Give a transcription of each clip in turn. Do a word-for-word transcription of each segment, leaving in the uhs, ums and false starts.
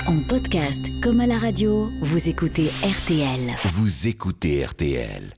En podcast comme à la radio, vous écoutez R T L. Vous écoutez R T L.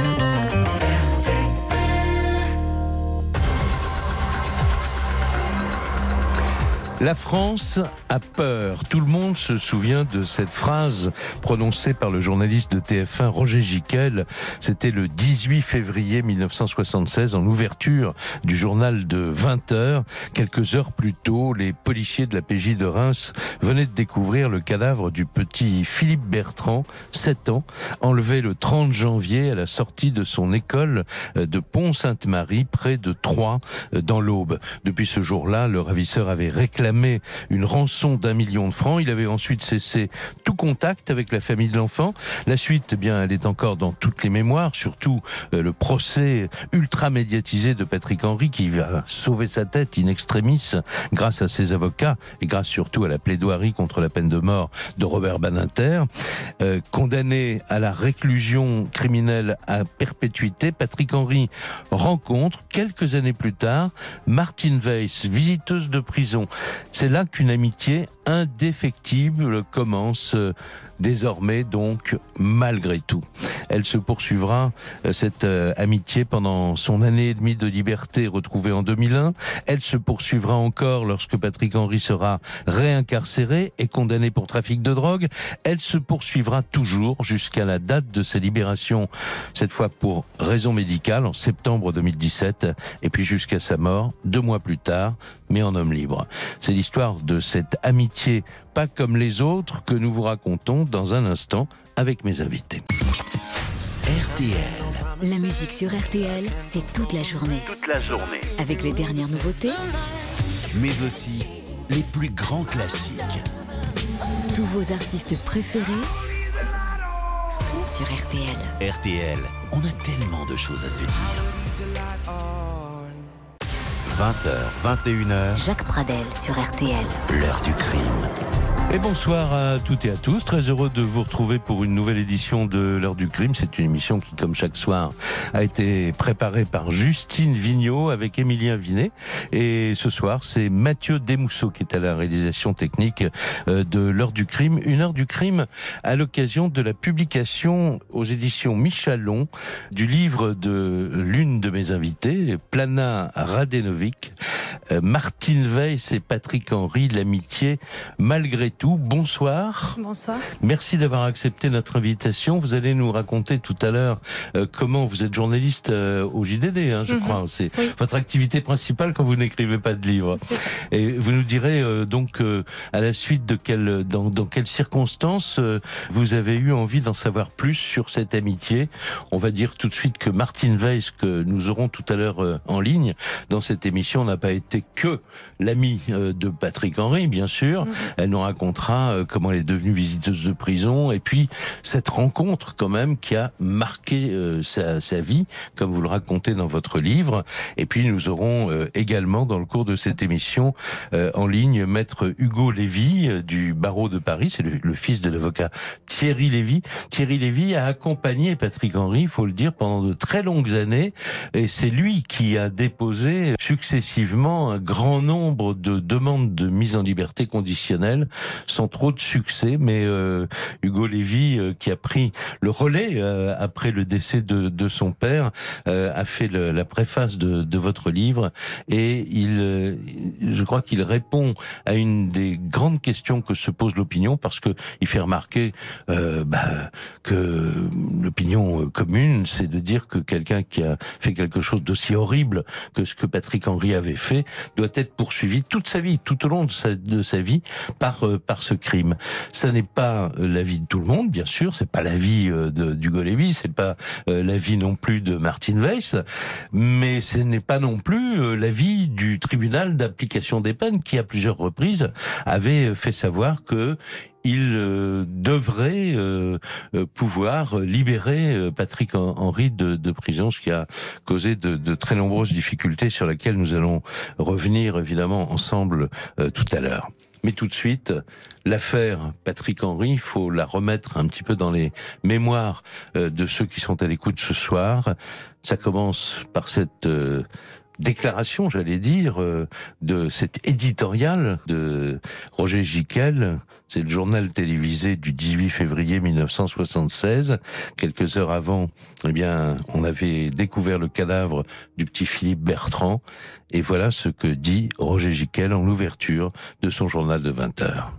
La France a peur. Tout le monde se souvient de cette phrase prononcée par le journaliste de T F un Roger Gicquel. C'était le dix-huit février mille neuf cent soixante-seize, en ouverture du journal de vingt heures. Quelques heures plus tôt, les policiers de la P J de Reims venaient de découvrir le cadavre du petit Philippe Bertrand, sept ans, enlevé le trente janvier à la sortie de son école de Pont-Sainte-Marie, près de Troyes, dans l'Aube. Depuis ce jour-là, le ravisseur avait réclamé une rançon d'un million de francs. Il avait ensuite cessé tout contact avec la famille de l'enfant. La suite, eh bien, elle est encore dans toutes les mémoires, surtout euh, le procès ultra médiatisé de Patrick Henry qui va sauver sa tête in extremis grâce à ses avocats et grâce surtout à la plaidoirie contre la peine de mort de Robert Badinter. Euh, condamné à la réclusion criminelle à perpétuité, Patrick Henry rencontre quelques années plus tard Martine Weiss, visiteuse de prison. C'est là qu'une amitié indéfectible commence euh, désormais, donc, malgré tout. Elle se poursuivra, euh, cette euh, amitié, pendant son année et demie de liberté retrouvée en deux mille un. Elle se poursuivra encore lorsque Patrick Henry sera réincarcéré et condamné pour trafic de drogue. Elle se poursuivra toujours jusqu'à la date de sa libération, cette fois pour raison médicale, en septembre deux mille dix-sept, et puis jusqu'à sa mort, deux mois plus tard, mais en homme libre. C'est l'histoire de cette amitié pas comme les autres que nous vous racontons dans un instant avec mes invités. R T L. La musique sur R T L, c'est toute la journée. Toute la journée. Avec les dernières nouveautés, Mais aussi les plus grands classiques. tous vos artistes préférés sont sur R T L. R T L, on a tellement de choses à se dire. vingt heures, vingt et une heures, Jacques Pradel sur R T L. l'heure du crime. Et bonsoir à toutes et à tous, très heureux de vous retrouver pour une nouvelle édition de l'heure du crime. C'est une émission qui, comme chaque soir, a été préparée par Justine Vignot avec Émilien Vinet. Et ce soir, c'est Mathieu Desmousseaux qui est à la réalisation technique de l'heure du crime. Une heure du crime à l'occasion de la publication aux éditions Michalon du livre de l'une de mes invitées, Plana Radenovic, Martine Weiss et Patrick Henry, l'amitié malgré tout. Bonsoir. Bonsoir. Merci d'avoir accepté notre invitation. Vous allez nous raconter tout à l'heure euh, comment vous êtes journaliste euh, au J D D, hein, je mm-hmm. crois. C'est oui. votre activité principale quand vous n'écrivez pas de livres. Et vous nous direz euh, donc euh, à la suite de quelle, dans, dans quelles circonstances euh, vous avez eu envie d'en savoir plus sur cette amitié. On va dire tout de suite que Martine Weiss, que nous aurons tout à l'heure euh, en ligne dans cette émission, n'a pas été que l'amie euh, de Patrick Henry, bien sûr. Mm-hmm. Elle nous racontera euh, comment elle est devenue visiteuse de prison, et puis cette rencontre quand même qui a marqué euh, sa, sa vie, comme vous le racontez dans votre livre. Et puis nous aurons euh, également dans le cours de cette émission euh, en ligne Maître Hugo Lévy euh, du barreau de Paris. C'est le, le fils de l'avocat Thierry Lévy. Thierry Lévy a accompagné Patrick Henry, il faut le dire, pendant de très longues années, et c'est lui qui a déposé successivement un grand nombre de demandes de mise en liberté conditionnelle sans trop de succès, mais euh, Hugo Lévy, euh, qui a pris le relais euh, après le décès de, de son père, euh, a fait le, la préface de, de votre livre, et il, euh, je crois qu'il répond à une des grandes questions que se pose l'opinion, parce que il fait remarquer euh, bah, que l'opinion commune, c'est de dire que quelqu'un qui a fait quelque chose d'aussi horrible que ce que Patrick Henry avait fait doit être poursuivi toute sa vie, tout au long de sa, de sa vie, par euh, par ce crime. Ça n'est pas l'avis de tout le monde, bien sûr, c'est pas l'avis de d'Hugo Lévy, c'est pas l'avis non plus de Martine Weiss, mais ce n'est pas non plus l'avis du tribunal d'application des peines qui, à plusieurs reprises, avait fait savoir que il euh, devrait euh, euh, pouvoir libérer euh, Patrick Henry de, de prison, ce qui a causé de, de très nombreuses difficultés sur lesquelles nous allons revenir évidemment ensemble euh, tout à l'heure. Mais tout de suite, l'affaire Patrick Henry, il faut la remettre un petit peu dans les mémoires euh, de ceux qui sont à l'écoute ce soir. Ça commence par cette euh, déclaration, j'allais dire, euh, de cet éditorial de Roger Gicquel. C'est le journal télévisé du dix-huit février mille neuf cent soixante-seize. Quelques heures avant, eh bien, on avait découvert le cadavre du petit Philippe Bertrand. Et voilà ce que dit Roger Gicquel en l'ouverture de son journal de vingt heures.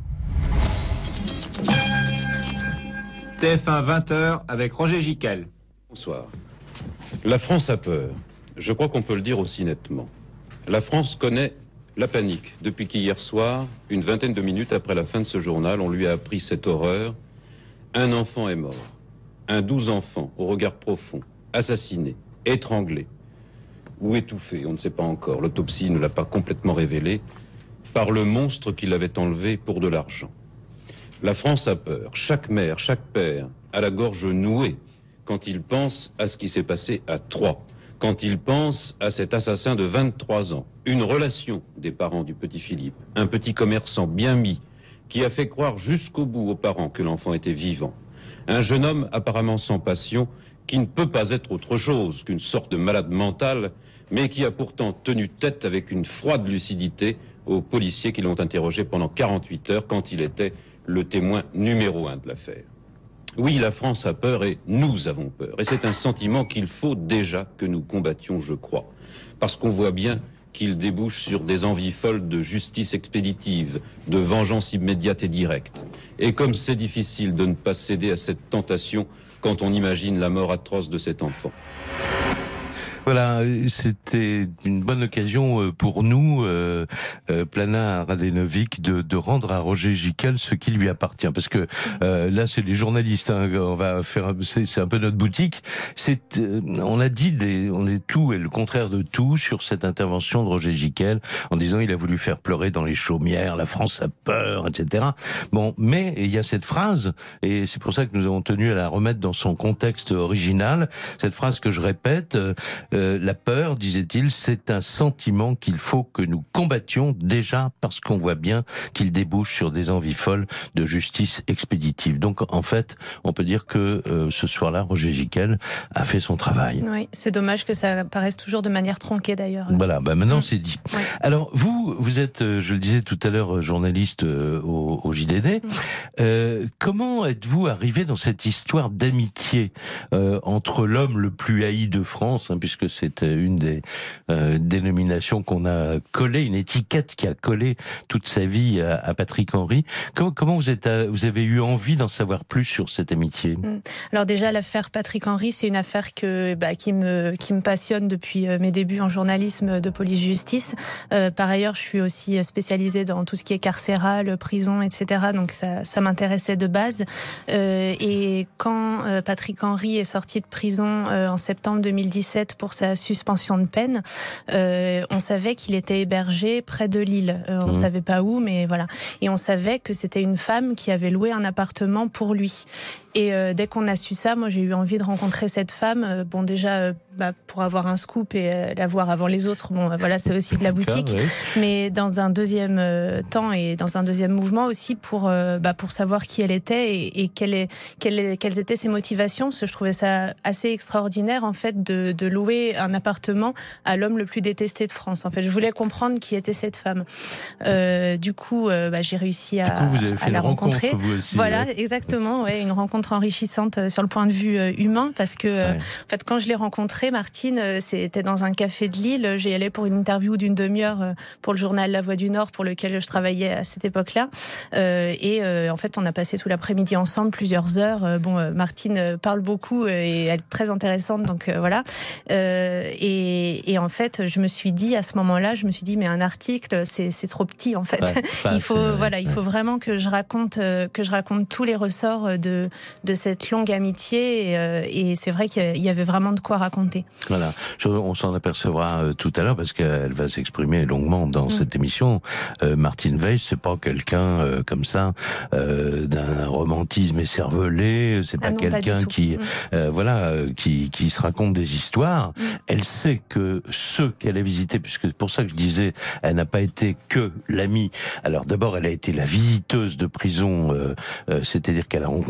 T F un vingt heures avec Roger Gicquel. Bonsoir. La France a peur. Je crois qu'on peut le dire aussi nettement. La France connaît la panique depuis qu'hier soir, une vingtaine de minutes après la fin de ce journal, on lui a appris cette horreur. Un enfant est mort. Un douze enfants au regard profond, assassiné, étranglé ou étouffé, on ne sait pas encore. L'autopsie ne l'a pas complètement révélé, par le monstre qui l'avait enlevé pour de l'argent. La France a peur. Chaque mère, chaque père a la gorge nouée quand il pense à ce qui s'est passé à Troyes, quand il pense à cet assassin de vingt-trois ans, une relation des parents du petit Philippe, un petit commerçant bien mis, qui a fait croire jusqu'au bout aux parents que l'enfant était vivant, un jeune homme apparemment sans passion, qui ne peut pas être autre chose qu'une sorte de malade mental, mais qui a pourtant tenu tête avec une froide lucidité aux policiers qui l'ont interrogé pendant quarante-huit heures quand il était le témoin numéro un de l'affaire. Oui, la France a peur et nous avons peur. Et c'est un sentiment qu'il faut déjà que nous combattions, je crois. Parce qu'on voit bien qu'il débouche sur des envies folles de justice expéditive, de vengeance immédiate et directe. Et comme c'est difficile de ne pas céder à cette tentation quand on imagine la mort atroce de cet enfant. Voilà, c'était une bonne occasion pour nous, euh, euh, Plana Radenovic, de, de rendre à Roger Gicquel ce qui lui appartient. Parce que euh, là, c'est les journalistes. Hein, on va faire, c'est, c'est un peu notre boutique. C'est, euh, on a dit des, on est tout et le contraire de tout sur cette intervention de Roger Gicquel, en disant il a voulu faire pleurer dans les chaumières, la France a peur, et cetera. Bon, mais il y a cette phrase, et c'est pour ça que nous avons tenu à la remettre dans son contexte original. Cette phrase que je répète. Euh, Euh, la peur, disait-il, c'est un sentiment qu'il faut que nous combattions déjà parce qu'on voit bien qu'il débouche sur des envies folles de justice expéditive. Donc, en fait, on peut dire que euh, ce soir-là, Roger Gicquel a fait son travail. Oui, c'est dommage que ça paraisse toujours de manière tronquée d'ailleurs. Voilà, bah maintenant mmh. c'est dit. Ouais. Alors, vous, vous êtes, je le disais tout à l'heure, journaliste euh, au, au J D D. Mmh. Euh, comment êtes-vous arrivé dans cette histoire d'amitié euh, entre l'homme le plus haï de France, hein, puisque c'est une des euh, dénominations qu'on a collé, une étiquette qui a collé toute sa vie à, à Patrick Henry. Comment, comment vous, êtes à, vous avez eu envie d'en savoir plus sur cette amitié ? Alors déjà, l'affaire Patrick Henry, c'est une affaire que, bah, qui, me, qui me passionne depuis mes débuts en journalisme de police-justice. Euh, par ailleurs, je suis aussi spécialisée dans tout ce qui est carcéral, prison, et cetera. Donc ça, ça m'intéressait de base. Euh, et quand euh, Patrick Henry est sorti de prison euh, en septembre deux mille dix-sept pour sa suspension de peine, euh, on savait qu'il était hébergé près de Lille. Euh, on mmh. savait pas où, mais voilà. Et on savait que c'était une femme qui avait loué un appartement pour lui. Et euh, dès qu'on a su ça, moi j'ai eu envie de rencontrer cette femme. Euh, bon déjà euh, bah, pour avoir un scoop et euh, la voir avant les autres. Bon voilà, c'est aussi de la boutique. Oui. Mais dans un deuxième euh, temps et dans un deuxième mouvement aussi pour euh, bah, pour savoir qui elle était et, et quelle est, quelle est, quelles étaient ses motivations. Parce que je trouvais ça assez extraordinaire en fait de, de louer un appartement à l'homme le plus détesté de France. En fait, je voulais comprendre qui était cette femme. Euh, du coup, euh, bah, j'ai réussi à, coup, vous avez fait à la une rencontrer. Rencontre, vous aussi, voilà, ouais. exactement. Ouais, une rencontre enrichissante sur le point de vue humain parce que ouais. en fait quand je l'ai rencontrée, Martine, c'était dans un café de Lille. J'y allais pour une interview d'une demi-heure pour le journal La Voix du Nord pour lequel je travaillais à cette époque-là. Euh, et euh, en fait, on a passé tout l'après-midi ensemble, plusieurs heures. Bon, euh, Martine parle beaucoup et elle est très intéressante, donc euh, voilà. Euh, et, et en fait, je me suis dit à ce moment-là, je me suis dit mais un article, c'est, c'est trop petit en fait. Ouais, bah, il faut c'est... voilà, il faut vraiment que je raconte que je raconte tous les ressorts de de cette longue amitié et, euh, et c'est vrai qu'il y avait vraiment de quoi raconter. Voilà, on s'en apercevra euh, tout à l'heure parce qu'elle va s'exprimer longuement dans mmh. cette émission. Euh, Martine Weiss, c'est pas quelqu'un euh, comme ça euh, d'un romantisme écervelé, c'est pas ah non, quelqu'un pas qui mmh. euh, voilà euh, qui qui se raconte des histoires. Mmh. Elle sait que ceux qu'elle a visités, puisque c'est pour ça que je disais, elle n'a pas été que l'amie. Alors d'abord, elle a été la visiteuse de prison, euh, euh, c'est-à-dire qu'elle a rencontré beaucoup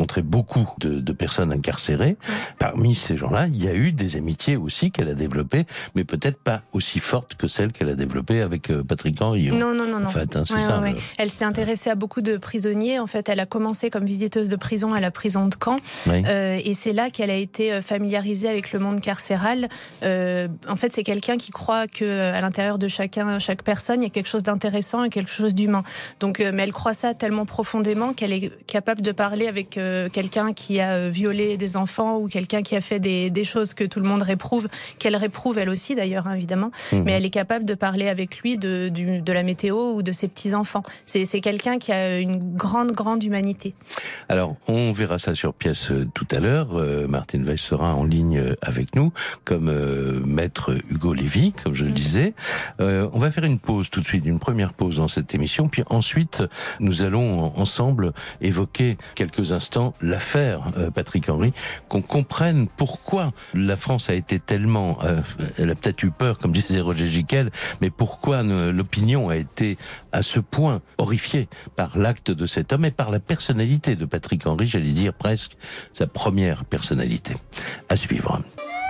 beaucoup de, de personnes incarcérées. Parmi ces gens-là, il y a eu des amitiés aussi qu'elle a développées, mais peut-être pas aussi fortes que celles qu'elle a développées avec Patrick Henry. Non, non, non, non. En fait, hein, c'est ouais, ça. Ouais, le... ouais. Elle s'est intéressée à beaucoup de prisonniers. En fait, elle a commencé comme visiteuse de prison à la prison de Caen. Oui. Euh, et c'est là qu'elle a été familiarisée avec le monde carcéral. Euh, en fait, c'est quelqu'un qui croit que à l'intérieur de chacun, chaque personne, il y a quelque chose d'intéressant et quelque chose d'humain. Donc, euh, mais elle croit ça tellement profondément qu'elle est capable de parler avec euh, quelqu'un qui a euh, violé des enfants ou quelqu'un qui a fait des, des choses que tout le monde réprouve, qu'elle réprouve elle aussi d'ailleurs, hein, évidemment. Mmh. Mais elle est capable de parler avec lui de, du, de la météo ou de ses petits-enfants. C'est, c'est quelqu'un qui a une grande, grande humanité. Alors, on verra ça sur pièce euh, tout à l'heure. Euh, Martine Weiss sera en ligne euh, avec nous, comme euh, maître Hugo Lévy, comme je le disais. Euh, on va faire une pause tout de suite, une première pause dans cette émission, puis ensuite, nous allons ensemble évoquer quelques instants l'affaire euh, Patrick Henry, qu'on comprenne pourquoi la France a été tellement... Euh, elle a peut-être eu peur, comme disait Roger Giquel, mais pourquoi ne, l'opinion a été à ce point horrifiée par l'acte de cet homme et par la personnalité de Patrick Henry, j'allais dire presque sa première personnalité. À suivre.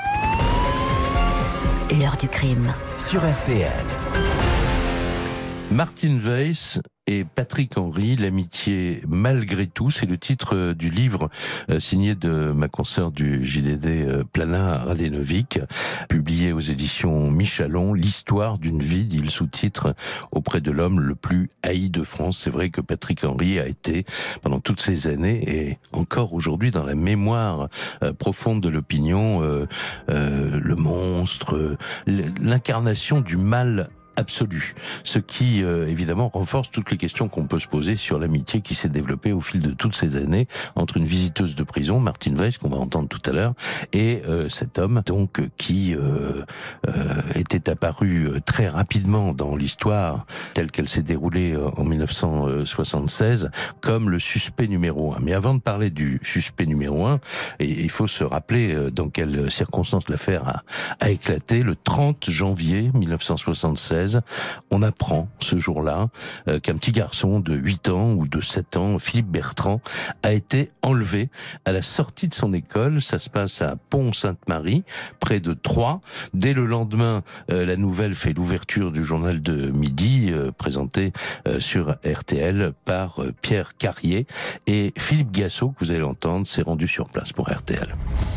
L'heure du crime. Sur R T L. Martine Weiss et Patrick Henry, l'amitié malgré tout, c'est le titre du livre euh, signé de ma consoeur du J D D, euh, Plana Radenovic, publié aux éditions Michalon, l'histoire d'une vie, dit le sous-titre, auprès de l'homme le plus haï de France. C'est vrai que Patrick Henry a été, pendant toutes ces années, et encore aujourd'hui dans la mémoire euh, profonde de l'opinion, euh, euh, le monstre, euh, l'incarnation du mal absolu. Ce qui, euh, évidemment, renforce toutes les questions qu'on peut se poser sur l'amitié qui s'est développée au fil de toutes ces années entre une visiteuse de prison, Martine Weiss, qu'on va entendre tout à l'heure, et euh, cet homme, donc, qui euh, euh, était apparu très rapidement dans l'histoire telle qu'elle s'est déroulée en dix-neuf cent soixante-seize comme le suspect numéro un. Mais avant de parler du suspect numéro un, il faut se rappeler dans quelles circonstances l'affaire a, a éclaté. Le trente janvier dix-neuf cent soixante-seize, on apprend ce jour-là euh, qu'un petit garçon de huit ans ou de sept ans, Philippe Bertrand, a été enlevé à la sortie de son école. Ça se passe à Pont-Sainte-Marie, près de Troyes. Dès le lendemain, euh, la nouvelle fait l'ouverture du journal de midi, euh, présenté euh, sur R T L par euh, Pierre Carrier. Et Philippe Gassot, que vous allez entendre, s'est rendu sur place pour R T L.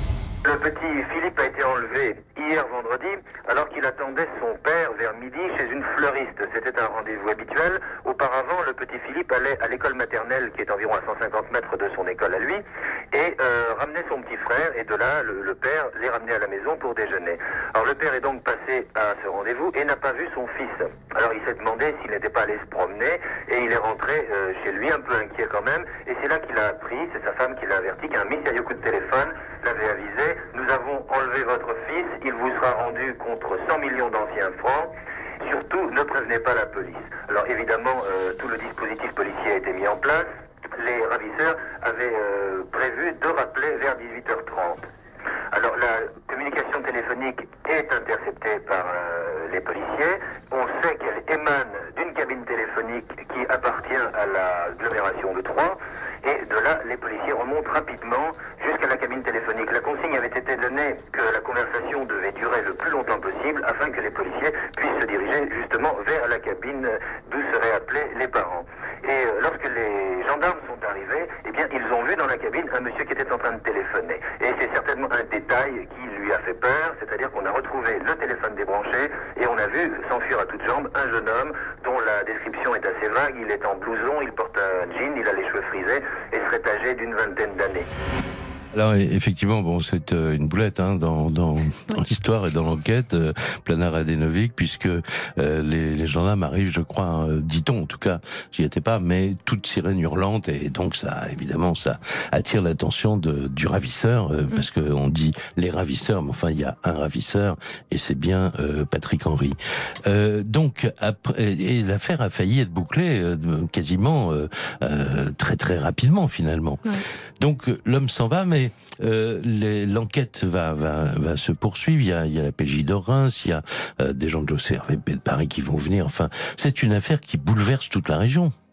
Le petit Philippe a été enlevé hier vendredi alors qu'il attendait son père vers midi chez une fleuriste. C'était un rendez-vous habituel. Auparavant, le petit Philippe allait à l'école maternelle qui est environ à cent cinquante mètres de son école à lui et euh, ramenait son petit frère et de là, le, le père les ramenait à la maison pour déjeuner. Alors le père est donc passé à ce rendez-vous et n'a pas vu son fils. Alors il s'est demandé s'il n'était pas allé se promener et il est rentré euh, chez lui un peu inquiet quand même et c'est là qu'il a appris, c'est sa femme qui l'a averti, qu'un mystérieux coup de téléphone l'avait avisé. Nous avons enlevé votre fils, il vous sera rendu contre cent millions d'anciens francs. Surtout, ne prévenez pas la police. Alors évidemment, euh, tout le dispositif policier a été mis en place. Les ravisseurs avaient euh, prévu de rappeler vers dix-huit heures trente. Alors la communication téléphonique est interceptée par euh, les policiers. On sait qu'elle émane d'une cabine téléphonique qui appartient à l'agglomération de Troyes. Et de là, les policiers remontent rapidement jusqu'à la cabine téléphonique. La consigne avait été donnée que la conversation devait durer le plus longtemps possible afin que les policiers puissent se diriger justement vers la cabine d'où seraient appelés les parents. Et euh, lorsque les gendarmes sont arrivés, eh bien, ils ont vu dans la cabine un monsieur qui était en train de téléphoner. Et c'est certainement un détail qui lui a fait peur, c'est-à-dire qu'on a retrouvé le téléphone débranché et on a vu s'enfuir à toutes jambes un jeune homme dont la description est assez vague. Il est en blouson, il porte un jean, il a les cheveux frisés et serait âgé d'une vingtaine d'années. Alors effectivement, bon, c'est euh, une boulette hein, dans, dans, dans l'histoire et dans l'enquête, euh, Plana Radenovic, puisque euh, les, les gendarmes arrivent, je crois, hein, dit-on en tout cas, j'y étais pas, mais toute sirène hurlante, et donc ça, évidemment, ça attire l'attention de, du ravisseur, euh, mm. parce que on dit les ravisseurs, mais enfin il y a un ravisseur, et c'est bien euh, Patrick Henry. Euh, donc après, et l'affaire a failli être bouclée euh, quasiment euh, euh, très très rapidement finalement. Ouais. Donc l'homme s'en va, mais Euh, les, l'enquête va, va, va se poursuivre. Il y a, il y a la P J de Reims, il y a euh, des gens de l'O C R V P de Paris qui vont venir. Enfin, c'est une affaire qui bouleverse toute la région.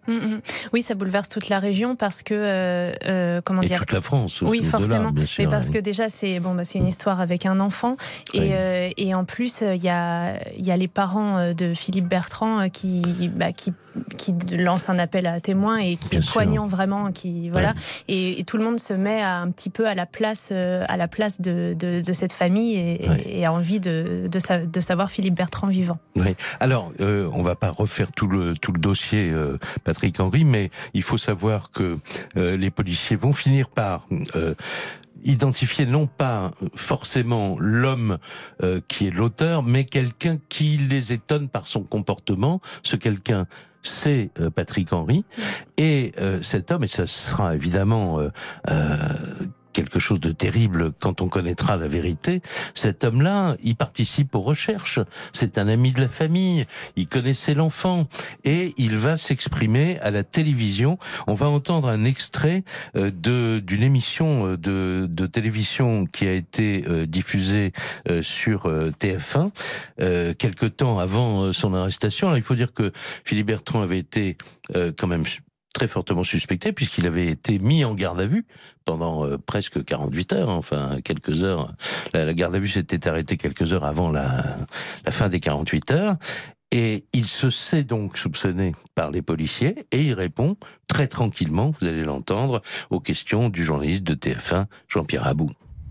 Mmh. Oui, ça bouleverse toute la région parce que euh, euh, comment et dire. Et toute la France. Aussi, oui, forcément. bien sûr, mais parce oui. que déjà, c'est bon, bah, c'est une histoire avec un enfant et, oui. euh, et en plus, il euh, y a il y a les parents de Philippe Bertrand qui bah, qui qui lance un appel à témoins et qui bien est poignant sûr. Vraiment, qui voilà. Ouais. Et, et tout le monde se met à, un petit peu à la place euh, à la place de de, de cette famille et, ouais. et a envie de de, sa, de savoir Philippe Bertrand vivant. Oui. Alors, euh, on va pas refaire tout le tout le dossier, euh, Patrick Henry, mais il faut savoir que euh, les policiers vont finir par euh, identifier non pas forcément l'homme euh, qui est l'auteur, mais quelqu'un qui les étonne par son comportement. Ce quelqu'un, c'est euh, Patrick Henry. Et euh, cet homme, et ça sera évidemment euh, euh, quelque chose de terrible quand on connaîtra la vérité, cet homme-là, il participe aux recherches. C'est un ami de la famille. Il connaissait l'enfant. Et il va s'exprimer à la télévision. On va entendre un extrait euh, de d'une émission de, de télévision qui a été euh, diffusée euh, sur euh, T F un euh, quelque temps avant euh, son arrestation. Alors, il faut dire que Philippe Bertrand avait été euh, quand même très fortement suspecté puisqu'il avait été mis en garde à vue pendant euh, presque quarante-huit heures, enfin quelques heures. La, la garde à vue s'était arrêtée quelques heures avant la, la fin des quarante-huit heures. Et il se sait donc soupçonné par les policiers et il répond très tranquillement, vous allez l'entendre, aux questions du journaliste de T F un, Jean-Pierre Abou.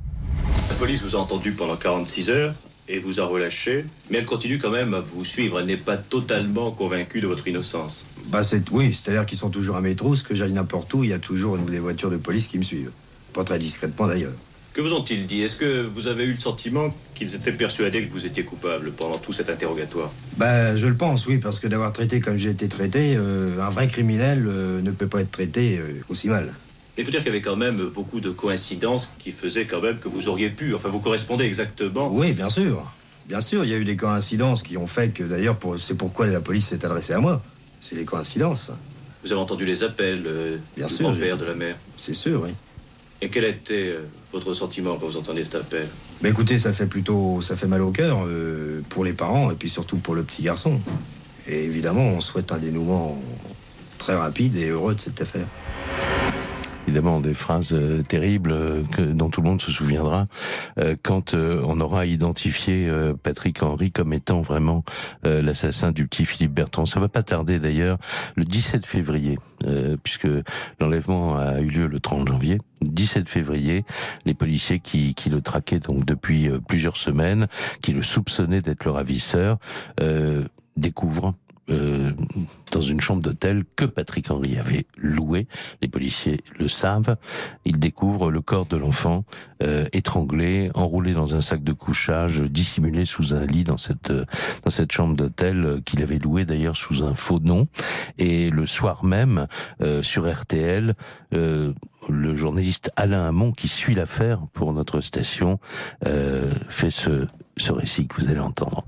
La police vous a entendu pendant quarante-six heures et vous a relâché, mais elle continue quand même à vous suivre. Elle n'est pas totalement convaincue de votre innocence. Bah c'est, oui, c'est-à-dire qu'ils sont toujours à mes trousses, que j'aille n'importe où, il y a toujours une des voitures de police qui me suivent. Pas très discrètement d'ailleurs. Que vous ont-ils dit? Est-ce que vous avez eu le sentiment qu'ils étaient persuadés que vous étiez coupable pendant tout cet interrogatoire? Bah je le pense, oui, parce que d'avoir traité comme j'ai été traité, euh, un vrai criminel euh, ne peut pas être traité euh, aussi mal. Il faut dire qu'il y avait quand même beaucoup de coïncidences qui faisaient quand même que vous auriez pu, enfin vous correspondez exactement. Oui, bien sûr. Bien sûr, il y a eu des coïncidences qui ont fait que d'ailleurs, pour, c'est pourquoi la police s'est adressée à moi. C'est les coïncidences. Vous avez entendu les appels euh, bien du sûr, grand-père de la mère? C'est sûr, oui. Et quel était euh, votre sentiment quand vous entendez cet appel? Bah écoutez, ça fait plutôt, ça fait mal au cœur euh, pour les parents et puis surtout pour le petit garçon. Et évidemment, on souhaite un dénouement très rapide et heureux de cette affaire. Évidemment, des phrases euh, terribles euh, que, dont tout le monde se souviendra euh, quand euh, on aura identifié euh, Patrick Henry comme étant vraiment euh, l'assassin du petit Philippe Bertrand. Ça va pas tarder d'ailleurs, le dix-sept février, euh, puisque l'enlèvement a eu lieu le trente janvier. dix-sept février, les policiers qui, qui le traquaient donc depuis euh, plusieurs semaines, qui le soupçonnaient d'être le ravisseur, euh, découvrent Euh, dans une chambre d'hôtel que Patrick Henry avait loué. Les policiers le savent. Ils découvrent le corps de l'enfant euh, étranglé, enroulé dans un sac de couchage, dissimulé sous un lit dans cette dans cette chambre d'hôtel euh, qu'il avait loué d'ailleurs sous un faux nom. Et le soir même, euh, sur R T L, euh, le journaliste Alain Hamon, qui suit l'affaire pour notre station, euh, fait ce ce récit que vous allez entendre.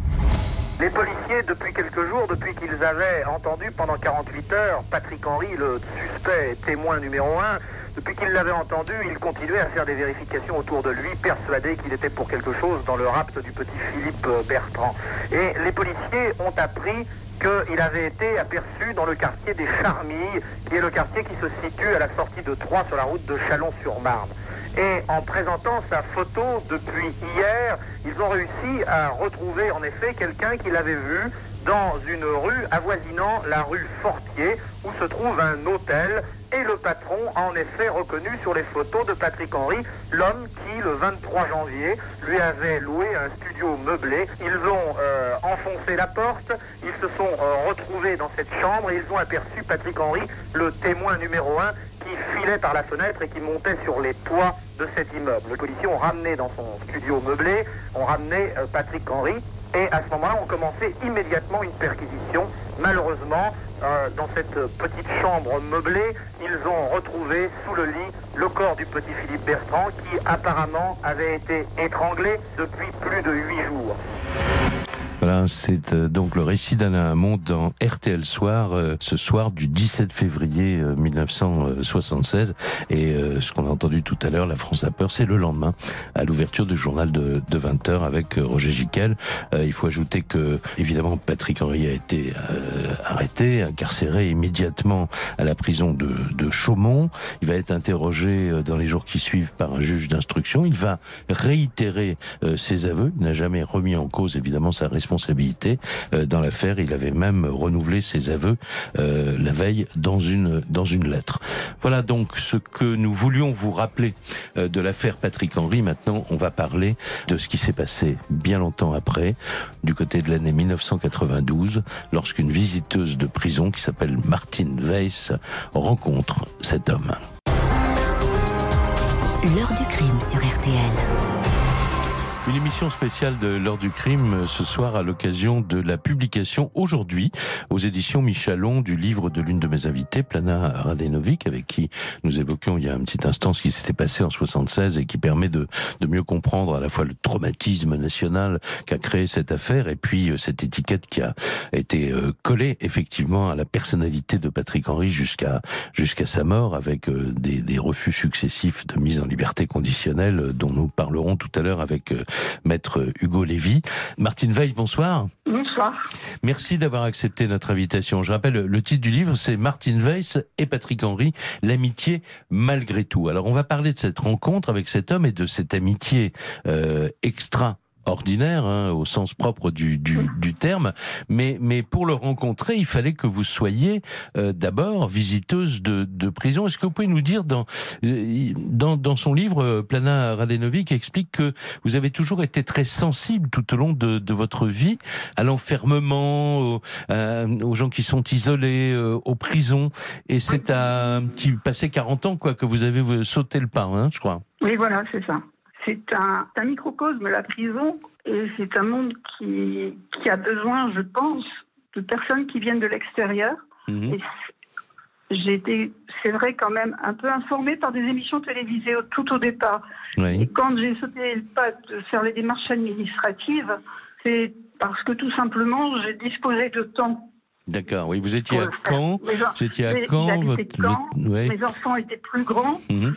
Les policiers, depuis quelques jours, depuis qu'ils avaient entendu pendant quarante-huit heures Patrick Henry, le suspect témoin numéro un, depuis qu'ils l'avaient entendu, ils continuaient à faire des vérifications autour de lui, persuadés qu'il était pour quelque chose dans le rapt du petit Philippe Bertrand. Et les policiers ont appris qu'il avait été aperçu dans le quartier des Charmilles, qui est le quartier qui se situe à la sortie de Troyes sur la route de Chalon-sur-Marne. Et en présentant sa photo depuis hier, ils ont réussi à retrouver en effet quelqu'un qu'il avait vu dans une rue avoisinant la rue Fortier, où se trouve un hôtel, et le patron a en effet reconnu sur les photos de Patrick Henry l'homme qui, le vingt-trois janvier, lui avait loué un studio meublé. Ils ont euh, enfoncé la porte, ils se sont euh, retrouvés dans cette chambre et ils ont aperçu Patrick Henry, le témoin numéro un, qui filait par la fenêtre et qui montait sur les toits de cet immeuble. Les policiers ont ramené dans son studio meublé, ont ramené euh, Patrick Henry, et à ce moment-là, on commençait immédiatement une perquisition. Malheureusement, euh, dans cette petite chambre meublée, ils ont retrouvé sous le lit le corps du petit Philippe Bertrand, qui apparemment avait été étranglé depuis plus de huit jours. Voilà, c'est euh, donc le récit d'Alain Hamon dans R T L Soir, euh, ce soir du dix-sept février euh, mille neuf cent soixante-seize. Et euh, ce qu'on a entendu tout à l'heure, La France a peur, c'est le lendemain, à l'ouverture du journal de, de vingt heures avec euh, Roger Gicquel. Euh, il faut ajouter que, évidemment, Patrick Henry a été euh, arrêté, incarcéré immédiatement à la prison de, de Chaumont. Il va être interrogé euh, dans les jours qui suivent par un juge d'instruction. Il va réitérer euh, ses aveux. Il n'a jamais remis en cause, évidemment, sa responsabilité euh, dans l'affaire. Il avait même renouvelé ses aveux euh, la veille dans une dans une lettre. Voilà donc ce que nous voulions vous rappeler euh, de l'affaire Patrick Henry. Maintenant, on va parler de ce qui s'est passé bien longtemps après, du côté de l'année mille neuf cent quatre-vingt-douze, lorsqu'une visiteuse de prison qui s'appelle Martine Weiss rencontre cet homme. L'heure du crime sur R T L. Une émission spéciale de l'heure du crime ce soir à l'occasion de la publication aujourd'hui aux éditions Michalon du livre de l'une de mes invitées, Plana Radenovic, avec qui nous évoquions il y a un petit instant ce qui s'était passé en soixante-seize et qui permet de, de mieux comprendre à la fois le traumatisme national qu'a créé cette affaire et puis cette étiquette qui a été collée effectivement à la personnalité de Patrick Henry jusqu'à jusqu'à sa mort, avec des, des refus successifs de mise en liberté conditionnelle dont nous parlerons tout à l'heure avec Maître Hugo Lévy. Martine Weiss, bonsoir. Bonsoir. Merci d'avoir accepté notre invitation. Je rappelle, le titre du livre, c'est Martine Weiss et Patrick Henry, l'amitié malgré tout. Alors, on va parler de cette rencontre avec cet homme et de cette amitié euh, extra ordinaire, hein, au sens propre du, du, du terme, mais, mais pour le rencontrer, il fallait que vous soyez euh, d'abord visiteuse de, de prison. Est-ce que vous pouvez nous dire, dans, dans, dans son livre, Plana Radenovic explique que vous avez toujours été très sensible tout au long de, de votre vie à l'enfermement, aux, à, aux gens qui sont isolés, euh, aux prisons, et c'est à un petit passé quarante ans quoi que vous avez sauté le pas, hein, je crois. Oui, voilà, c'est ça. C'est un, un microcosme, la prison, et c'est un monde qui, qui a besoin, je pense, de personnes qui viennent de l'extérieur. Mmh. Et j'ai été, c'est vrai, quand même un peu informée par des émissions télévisées tout au départ. Oui. Et quand j'ai sauté le pas de faire les démarches administratives, c'est parce que tout simplement, j'ai disposé de temps. D'accord, oui, vous étiez à Caen, vous étiez à Caen, votre... Caen, ouais. Mes enfants étaient plus grands, mmh.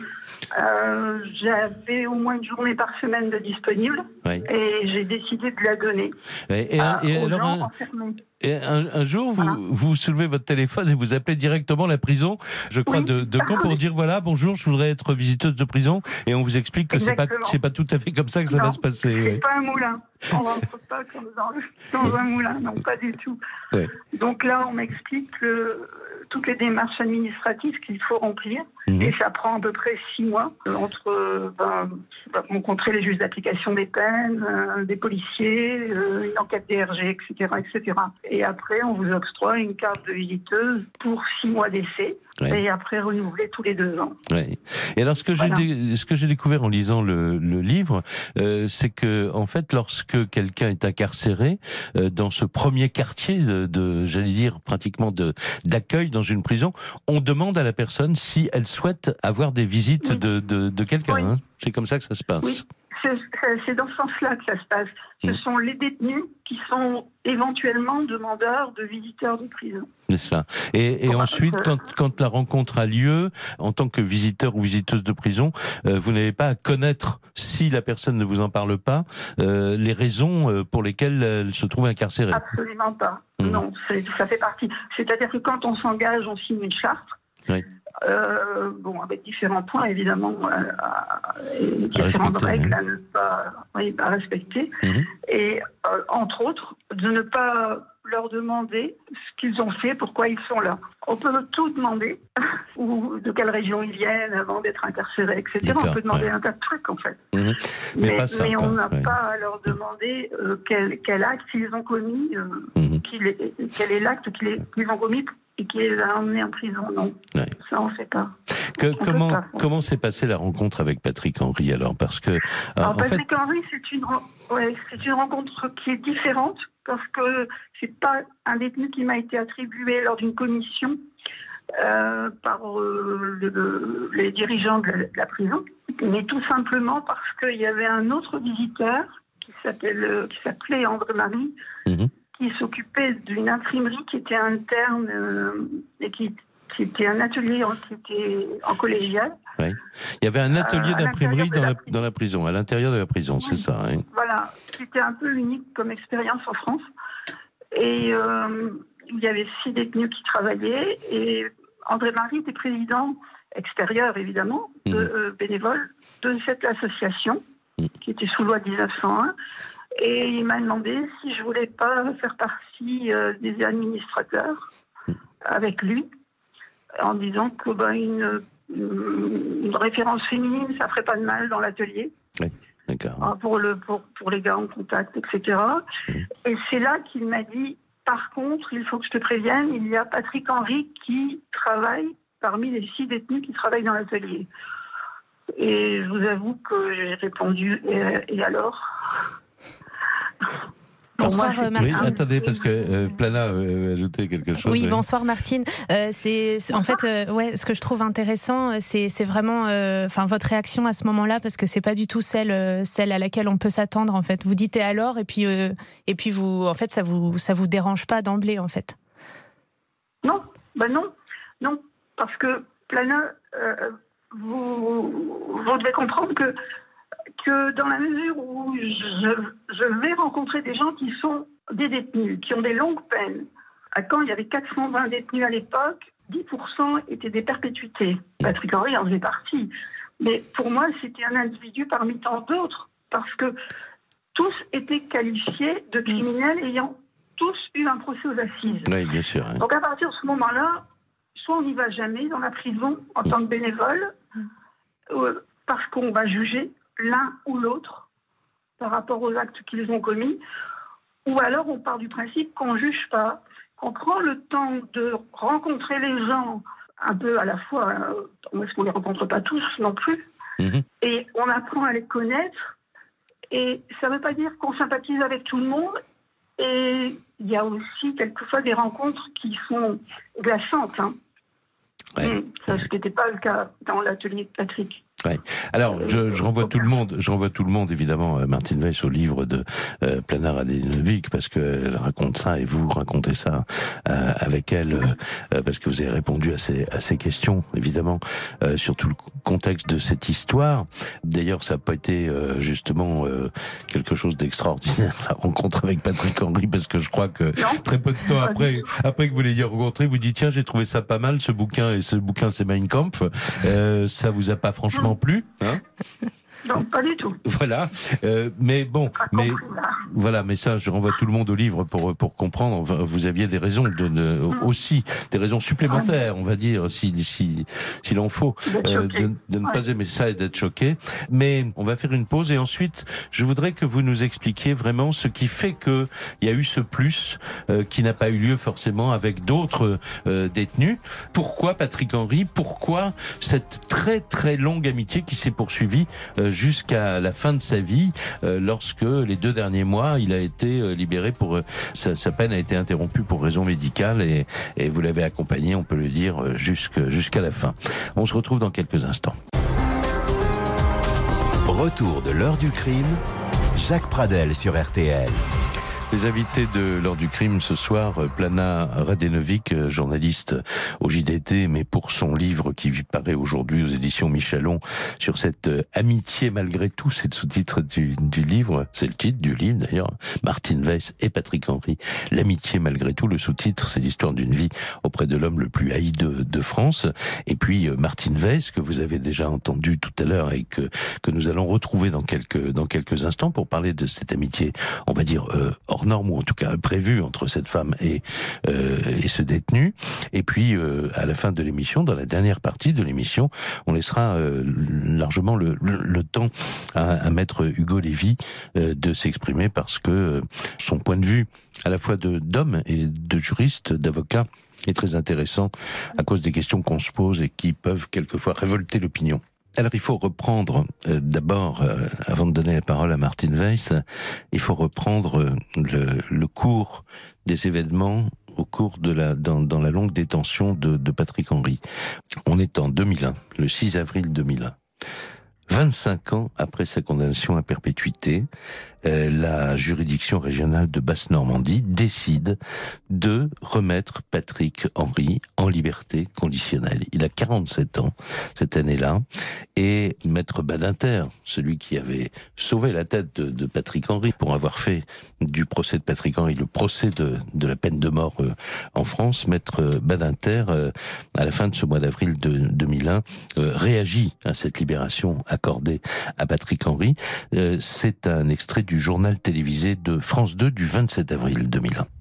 euh, j'avais au moins une journée par semaine de disponible, ouais. Et j'ai décidé de la donner et, et, à, et aux alors, gens un, enfermés. Et un, un jour, vous, voilà. vous soulevez votre téléphone et vous appelez directement la prison, je crois, oui. de, de Caen, pour dire, voilà, bonjour, je voudrais être visiteuse de prison, et on vous explique que c'est pas, c'est pas tout à fait comme ça que ça non, va se passer. C'est ouais. pas un moulin, on rentre pas comme dans, dans un moulin, non, pas du tout. Ouais. Donc là, on m'explique le, toutes les démarches administratives qu'il faut remplir, mmh. et ça prend à peu près six mois, euh, entre ben, rencontrer les juges d'application des peines, euh, des policiers, euh, une enquête D R G, et cetera, et cetera. Et après, on vous octroie une carte de visiteuse pour six mois d'essai, ouais. Et après renouveler tous les deux ans. Ouais. Et alors, ce que voilà. j'ai, ce que j'ai découvert en lisant le, le livre, euh, c'est que, en fait, lorsque quelqu'un est incarcéré, euh, dans ce premier quartier de, de j'allais dire, pratiquement de, d'accueil dans une prison, on demande à la personne si elle souhaite avoir des visites oui. de, de, de quelqu'un. Oui. Hein. C'est comme ça que ça se passe. Oui. C'est, c'est dans ce sens-là que ça se passe. Ce mmh. sont les détenus qui sont éventuellement demandeurs de visiteurs de prison. C'est ça. Et, et ensuite, euh... quand, quand la rencontre a lieu, en tant que visiteur ou visiteuse de prison, euh, vous n'avez pas à connaître, si la personne ne vous en parle pas, euh, les raisons pour lesquelles elle se trouve incarcérée. Absolument pas. Mmh. Non, c'est, ça fait partie. C'est-à-dire que quand on s'engage, on signe une charte. Oui. Euh, bon, avec différents points, évidemment, euh, et différentes règles à ne pas, oui, à respecter. Mmh. Et, euh, entre autres, de ne pas leur demander ce qu'ils ont fait, pourquoi ils sont là. On peut tout demander, ou de quelle région ils viennent avant d'être incarcérés, et cetera. D'accord, on peut demander ouais. un tas de trucs, en fait. Mmh. Mais, mais, pas ça, mais on n'a ouais. pas à leur demander euh, quel, quel acte ils ont commis, euh, mmh. qu'il, quel est l'acte qu'ils, qu'ils ont commis et qui les a emmenés en prison, non. Ouais. Ça, on ne sait pas. Que, comment pas, comment s'est passée la rencontre avec Patrick Henry, alors? Parce que, alors, en Patrick fait... Henry, c'est une, ouais, c'est une rencontre qui est différente, parce que c'est pas un détenu qui m'a été attribué lors d'une commission euh, par euh, le, le, les dirigeants de la, de la prison, mais tout simplement parce qu'il y avait un autre visiteur qui s'appelait, qui s'appelait André-Marie, mmh. qui s'occupait d'une imprimerie qui était interne euh, et qui, qui était un atelier en, qui était en collégial. Oui. Il y avait un atelier euh, d'imprimerie dans la, la dans la prison, à l'intérieur de la prison, oui. c'est ça. Hein. Voilà, c'était un peu unique comme expérience en France. Et euh, il y avait six détenus qui travaillaient et André-Marie était président extérieur, évidemment, de, mmh. euh, bénévole de cette association mmh. qui était sous loi dix-neuf cent un. Et il m'a demandé si je voulais pas faire partie euh, des administrateurs mmh. avec lui, en disant que ben, une, une référence féminine, ça ferait pas de mal dans l'atelier. Oui, d'accord. Pour, le, pour, pour les gars en contact, et cetera. Mmh. Et c'est là qu'il m'a dit, par contre, il faut que je te prévienne, il y a Patrick Henry qui travaille parmi les six détenus qui travaillent dans l'atelier. Et je vous avoue que j'ai répondu, et, et alors Bonsoir moi, Martine. Oui, attendez, parce que euh, Plana veut ajouter quelque chose. Oui, bonsoir Martine. Euh, c'est, en fait, euh, ouais, ce que je trouve intéressant, c'est, c'est vraiment, enfin, euh, votre réaction à ce moment-là, parce que c'est pas du tout celle, celle à laquelle on peut s'attendre. En fait, vous dites et alors, et puis, euh, et puis vous, en fait, ça vous, ça vous dérange pas d'emblée, en fait. Non, ben non, non, parce que Plana, euh, vous, vous devez comprendre que. que dans la mesure où je, je vais rencontrer des gens qui sont des détenus, qui ont des longues peines. À Caen, il y avait quatre cent vingt détenus à l'époque, dix pour cent étaient des perpétuités. Patrick Henry en faisait partie. Mais pour moi, c'était un individu parmi tant d'autres, parce que tous étaient qualifiés de criminels ayant tous eu un procès aux assises. Oui, bien sûr. Hein. Donc à partir de ce moment-là, soit on n'y va jamais dans la prison en tant que bénévole, euh, parce qu'on va juger l'un ou l'autre par rapport aux actes qu'ils ont commis, ou alors on part du principe qu'on ne juge pas, qu'on prend le temps de rencontrer les gens un peu à la fois, euh, est-ce qu'on ne les rencontre pas tous non plus, mmh. et on apprend à les connaître, et ça ne veut pas dire qu'on sympathise avec tout le monde, et il y a aussi quelquefois des rencontres qui sont glaçantes, hein. Ouais. Ça, ce n'était pas le cas dans l'atelier de Patrick. Ouais. Alors, je, je renvoie tout le monde, je renvoie tout le monde évidemment, Martine Weiss, au livre de euh, Plana Radenovic, parce qu'elle raconte ça et vous racontez ça euh, avec elle, euh, parce que vous avez répondu à ces à ces questions évidemment euh, sur tout le contexte de cette histoire. D'ailleurs, ça n'a pas été euh, justement euh, quelque chose d'extraordinaire la rencontre avec Patrick Henry, parce que je crois que non. très peu de temps après, après que vous l'ayez rencontré, vous dites tiens, j'ai trouvé ça pas mal ce bouquin, et ce bouquin c'est Mein Kampf. Euh, ça vous a pas franchement plus, hein? Non, pas du tout. Voilà, euh, mais bon, mais voilà, mais ça, je renvoie tout le monde au livre pour pour comprendre. Vous aviez des raisons de, de mmh. aussi des raisons supplémentaires, on va dire, si si s'il en faut, euh, de, de ne ouais. pas aimer ça et d'être choqué. Mais on va faire une pause et ensuite, je voudrais que vous nous expliquiez vraiment ce qui fait que il y a eu ce plus euh, qui n'a pas eu lieu forcément avec d'autres euh, détenus. Pourquoi Patrick Henry? Pourquoi cette très très longue amitié qui s'est poursuivie euh, jusqu'à la fin de sa vie, euh, lorsque les deux derniers mois, il a été euh, libéré pour euh, sa, sa peine a été interrompue pour raison médicale et, et vous l'avez accompagné, on peut le dire, jusqu'à jusqu'à la fin. On se retrouve dans quelques instants. Retour de l'heure du crime, Jacques Pradel sur R T L. Les invités de l'heure du crime ce soir, Plana Radenovic, journaliste au J D T, mais pour son livre qui paraît aujourd'hui aux éditions Michelon sur cette amitié malgré tout, c'est le sous-titre du, du livre, c'est le titre du livre d'ailleurs, Martine Weiss et Patrick Henry, l'amitié malgré tout, le sous-titre c'est l'histoire d'une vie auprès de l'homme le plus haï de, de France, et puis Martine Weiss que vous avez déjà entendu tout à l'heure et que, que nous allons retrouver dans quelques, dans quelques instants pour parler de cette amitié, on va dire, euh, hors norme, ou en tout cas prévu entre cette femme et, euh, et ce détenu. Et puis, euh, à la fin de l'émission, dans la dernière partie de l'émission, on laissera euh, largement le, le, le temps à, à maître Hugo Lévy euh, de s'exprimer, parce que euh, son point de vue, à la fois de d'homme et de juriste, d'avocat, est très intéressant à cause des questions qu'on se pose et qui peuvent quelquefois révolter l'opinion. Alors il faut reprendre euh, d'abord, euh, avant de donner la parole à Martine Weiss, il faut reprendre euh, le, le cours des événements au cours de la dans, dans la longue détention de, de Patrick Henry. On est en deux mille un, le six avril deux mille un. vingt-cinq ans après sa condamnation à perpétuité, euh, la juridiction régionale de Basse-Normandie décide de remettre Patrick Henry en liberté conditionnelle. Il a quarante-sept ans cette année-là, et Maître Badinter, celui qui avait sauvé la tête de, de Patrick Henry pour avoir fait du procès de Patrick Henry le procès de, de la peine de mort euh, en France, Maître Badinter, euh, à la fin de ce mois d'avril de deux mille un, euh, réagit à cette libération accordée à Patrick Henry. Euh, c'est un extrait du journal télévisé de France deux du vingt-sept avril deux mille un.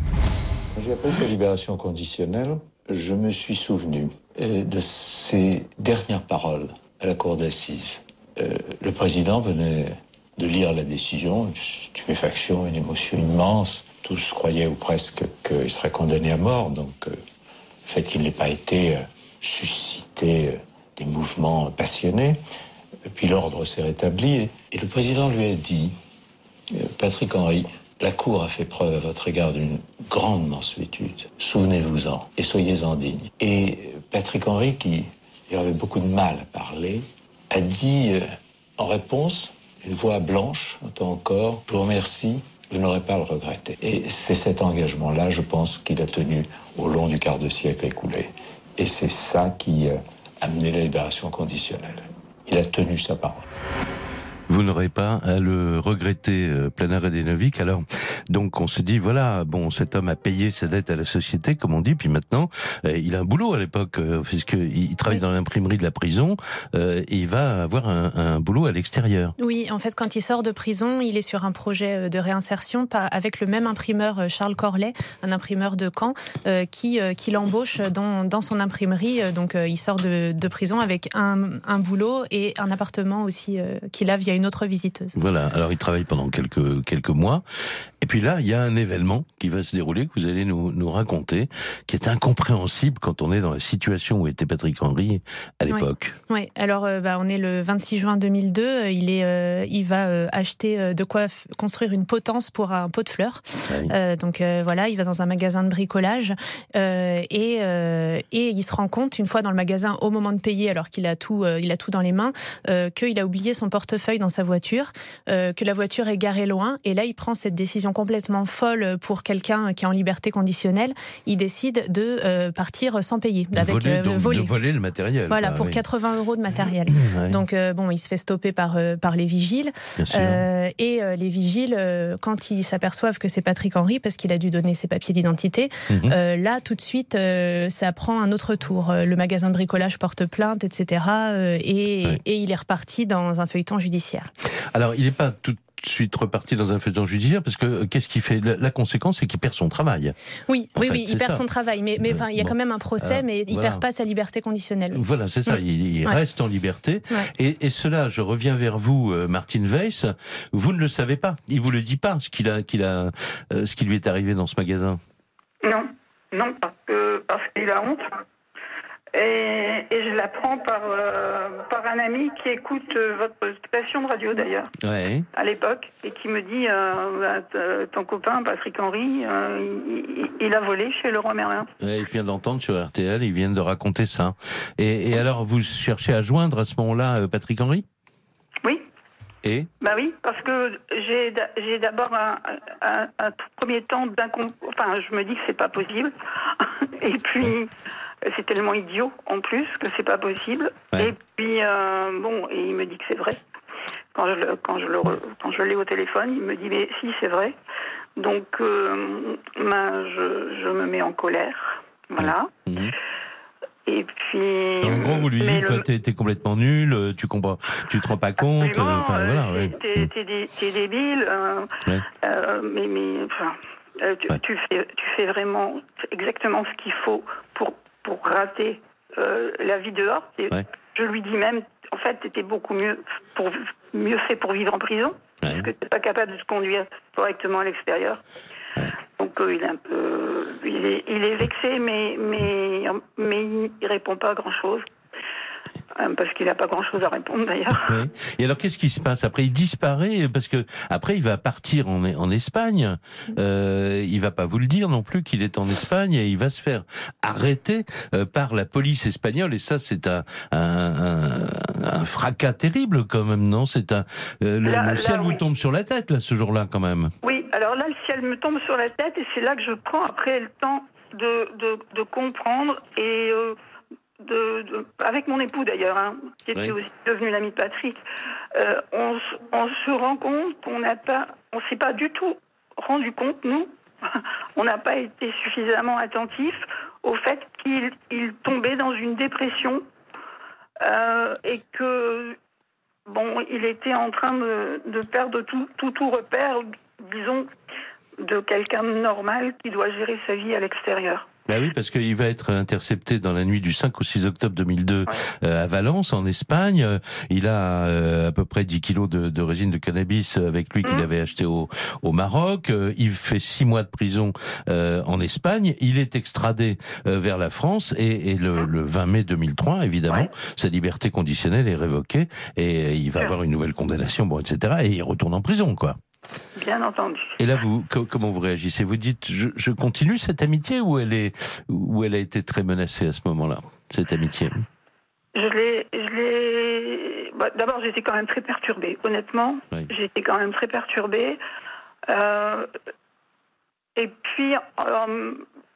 J'ai appris sa libération conditionnelle. Je me suis souvenu euh, de ses dernières paroles à la cour d'assises. Euh, le président venait de lire la décision, une stupéfaction, une émotion immense. Tous croyaient ou presque qu'il serait condamné à mort, donc euh, le fait qu'il n'ait pas été euh, suscité euh, des mouvements passionnés. Et puis l'ordre s'est rétabli et le président lui a dit euh, « Patrick Henry, la Cour a fait preuve à votre égard d'une grande mansuétude. Souvenez-vous-en et soyez-en digne. » Et Patrick Henry, qui avait beaucoup de mal à parler, a dit euh, en réponse, une voix blanche, entend encore, « Je vous remercie, je n'aurais pas à le regretter. » Et c'est cet engagement-là, je pense, qu'il a tenu au long du quart de siècle écoulé. Et c'est ça qui a amené la libération conditionnelle. Il a tenu sa parole. Vous n'aurez pas à le regretter, euh, Planin Radenovic. Alors, donc, on se dit, voilà, bon, cet homme a payé sa dette à la société, comme on dit, puis maintenant, euh, il a un boulot à l'époque, euh, puisqu'il travaille oui. dans l'imprimerie de la prison, euh, et il va avoir un, un boulot à l'extérieur. Oui, en fait, quand il sort de prison, il est sur un projet de réinsertion avec le même imprimeur, Charles Corlet, un imprimeur de Caen, euh, qui, euh, qui l'embauche dans, dans son imprimerie. Donc, euh, il sort de, de prison avec un, un boulot et un appartement aussi euh, qu'il a via une autre visiteuse. Voilà, alors il travaille pendant quelques, quelques mois, et puis là, il y a un événement qui va se dérouler, que vous allez nous, nous raconter, qui est incompréhensible quand on est dans la situation où était Patrick Henry à l'époque. Oui, oui. Alors euh, bah, on est le vingt-six juin deux mille deux, il, est, euh, il va euh, acheter euh, de quoi f- construire une potence pour un pot de fleurs. Oui. Euh, donc euh, voilà, il va dans un magasin de bricolage, euh, et, euh, et il se rend compte, une fois dans le magasin, au moment de payer, alors qu'il a tout, euh, il a tout dans les mains, euh, qu'il a oublié son portefeuille dans sa voiture, euh, que la voiture est garée loin, et là il prend cette décision complètement folle pour quelqu'un qui est en liberté conditionnelle. Il décide de euh, partir sans payer, de avec voler, euh, donc, voler. de voler le matériel. Voilà, bah, pour oui. quatre-vingts euros de matériel. Ouais. Donc euh, bon, il se fait stopper par euh, par les vigiles, euh, et euh, les vigiles, euh, quand ils s'aperçoivent que c'est Patrick Henry, parce qu'il a dû donner ses papiers d'identité, mm-hmm. euh, là tout de suite, euh, ça prend un autre tour. Le magasin de bricolage porte plainte, et cetera. Euh, et, ouais. et il est reparti dans un feuilleton judiciaire. Alors, il n'est pas tout de suite reparti dans un feuilleton judiciaire, parce que qu'est-ce qu'il fait ? La, la conséquence, c'est qu'il perd son travail. Oui, en oui, fait, oui, il perd ça. son travail, mais, mais enfin, il y a bon. quand même un procès, euh, mais il voilà. perd pas sa liberté conditionnelle. Voilà, c'est ça, mmh. il, il ouais. reste en liberté. Ouais. Et, et cela, je reviens vers vous, euh, Martine Weiss, vous ne le savez pas, il vous le dit pas, ce qu'il a, qu'il a, euh, ce qui lui est arrivé dans ce magasin. Non, non, parce que parce qu'il a honte. Et, et je l'apprends par, euh, par un ami qui écoute euh, votre station de radio d'ailleurs, ouais. à l'époque, et qui me dit euh, ton copain Patrick Henry, euh, il, il a volé chez Leroy Merlin. Ouais, il vient d'entendre sur R T L, ils viennent de raconter ça. Et, et alors, vous cherchez à joindre à ce moment-là Patrick Henry ? Oui. Et bah oui, parce que j'ai, j'ai d'abord un, un, un tout premier temps d'incom... Enfin, je me dis que c'est pas possible. Et puis, ouais. c'est tellement idiot, en plus, que c'est pas possible. Ouais. Et puis, euh, bon, et il me dit que c'est vrai. Quand je, le, quand, je le, quand je l'ai au téléphone, il me dit, mais si, c'est vrai. Donc, euh, ben, je, je me mets en colère. Voilà. Ouais. Mmh. Et puis. En gros, vous lui dites, le... t'es, t'es complètement nul, tu comprends, tu te rends pas compte. Enfin, euh, voilà. Ouais. T'es, t'es, t'es, t'es débile. Euh, ouais. euh, mais, mais, enfin, euh, tu, ouais. tu fais, tu fais vraiment exactement ce qu'il faut pour pour rater euh, la vie dehors. Et ouais. Je lui dis même, en fait, t'étais beaucoup mieux pour mieux fait pour vivre en prison, ouais. parce que t'es pas capable de te conduire correctement à l'extérieur. Ouais. Donc euh, il est un peu, il est, il est vexé, mais mais mais il répond pas à grand chose. parce qu'il n'a pas grand-chose à répondre d'ailleurs. Oui. Et alors qu'est-ce qui se passe après? Il disparaît parce que après il va partir en, en Espagne. Euh, il va pas vous le dire non plus qu'il est en Espagne et il va se faire arrêter euh, par la police espagnole. Et ça c'est un, un, un, un fracas terrible quand même, non? C'est un euh, le, là, le ciel là, vous oui. tombe sur la tête là ce jour-là quand même. Oui, alors là le ciel me tombe sur la tête et c'est là que je prends après le temps de de, de comprendre et euh, De, de, avec mon époux d'ailleurs, hein, qui était oui. aussi devenu l'ami de Patrick, euh, on, on se rend compte qu'on n'a pas, on s'est pas du tout rendu compte, nous, on n'a pas été suffisamment attentifs au fait qu'il il tombait dans une dépression euh, et que bon, il était en train de, de perdre tout, tout, tout repère, disons, de quelqu'un de normal qui doit gérer sa vie à l'extérieur. Ben oui, parce qu'il va être intercepté dans la nuit du cinq au six octobre deux mille deux ouais. euh, à Valence, en Espagne. Il a euh, à peu près dix kilos de, de résine de cannabis avec lui qu'il mmh. avait acheté au, au Maroc. Euh, il fait six mois de prison euh, en Espagne. Il est extradé euh, vers la France et, et le, le vingt mai deux mille trois, évidemment, ouais. sa liberté conditionnelle est révoquée et il va avoir une nouvelle condamnation, bon, et cetera. Et il retourne en prison, quoi. Bien entendu. Et là, vous, comment vous réagissez? Vous dites, je, je continue cette amitié ou elle est, ou elle a été très menacée à ce moment-là, cette amitié? Je l'ai, je l'ai. Bah, d'abord, j'étais quand même très perturbée, honnêtement. Oui. J'étais quand même très perturbée. Euh... Et puis, euh...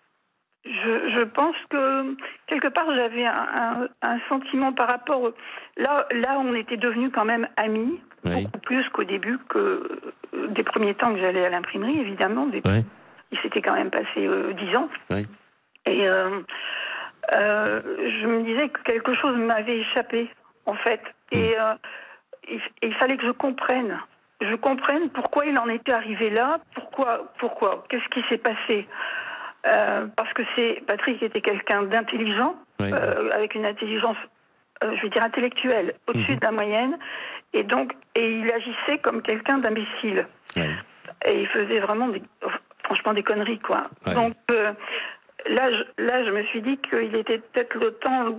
je, je pense que quelque part, j'avais un, un, un sentiment par rapport. Là, là, on était devenus quand même amis. Oui. Beaucoup plus qu'au début, que des premiers temps que j'allais à l'imprimerie, évidemment. Des... Oui. Il s'était quand même passé euh, dix ans. Oui. Et euh, euh, je me disais que quelque chose m'avait échappé, en fait. Mm. Et euh, il, il fallait que je comprenne. Je comprenne pourquoi il en était arrivé là, pourquoi, pourquoi, qu'est-ce qui s'est passé. Euh, parce que c'est Patrick était quelqu'un d'intelligent, oui. euh, avec une intelligence... Euh, je veux dire intellectuel, au-dessus mmh. de la moyenne, et donc et il agissait comme quelqu'un d'imbécile. Ouais. Et il faisait vraiment des, franchement des conneries, quoi. Ouais. Donc euh, là, je, là, je me suis dit qu'il était peut-être le temps,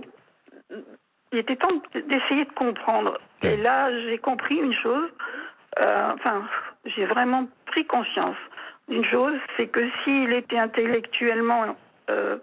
il était temps d'essayer de comprendre. Ouais. Et là, j'ai compris une chose. Euh, enfin, j'ai vraiment pris conscience d'une chose, c'est que s'il était intellectuellement euh,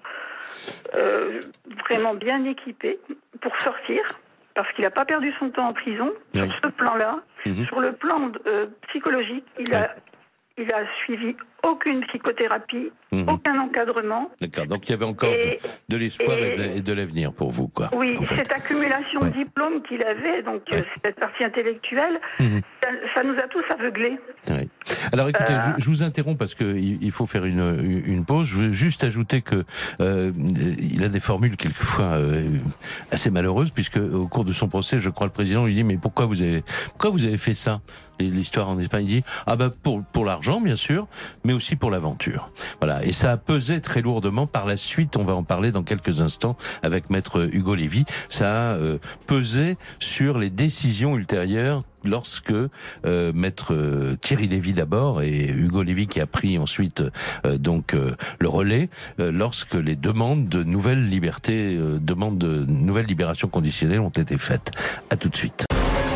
Euh, vraiment bien équipé pour sortir, parce qu'il n'a pas perdu son temps en prison, oui. sur ce plan-là. Mmh. Sur le plan euh, psychologique, il oui. a, il a suivi aucune psychothérapie, mmh. aucun encadrement. D'accord, donc il y avait encore et, de, de l'espoir et, et, de, et de l'avenir pour vous, quoi. Oui, en fait. Cette accumulation ouais. de diplômes qu'il avait, donc ouais. euh, cette partie intellectuelle, mmh. ça, ça nous a tous aveuglés. Oui. Alors écoutez, euh... je, je vous interromps parce que il faut faire une, une pause. Je veux juste ajouter que euh, il a des formules quelquefois euh, assez malheureuses, puisque au cours de son procès, je crois le président lui dit mais pourquoi vous avez pourquoi vous avez fait ça? L'histoire en Espagne, il dit ah ben pour pour l'argent bien sûr, mais aussi pour l'aventure. Voilà, et ça a pesé très lourdement par la suite. On va en parler dans quelques instants avec maître Hugo Lévy. Ça a euh, pesé sur les décisions ultérieures lorsque euh, maître euh, Thierry Lévy d'abord et Hugo Lévy qui a pris ensuite euh, donc euh, le relais, euh, lorsque les demandes de nouvelles libertés, euh, demandes de nouvelles libérations conditionnelles ont été faites. À tout de suite.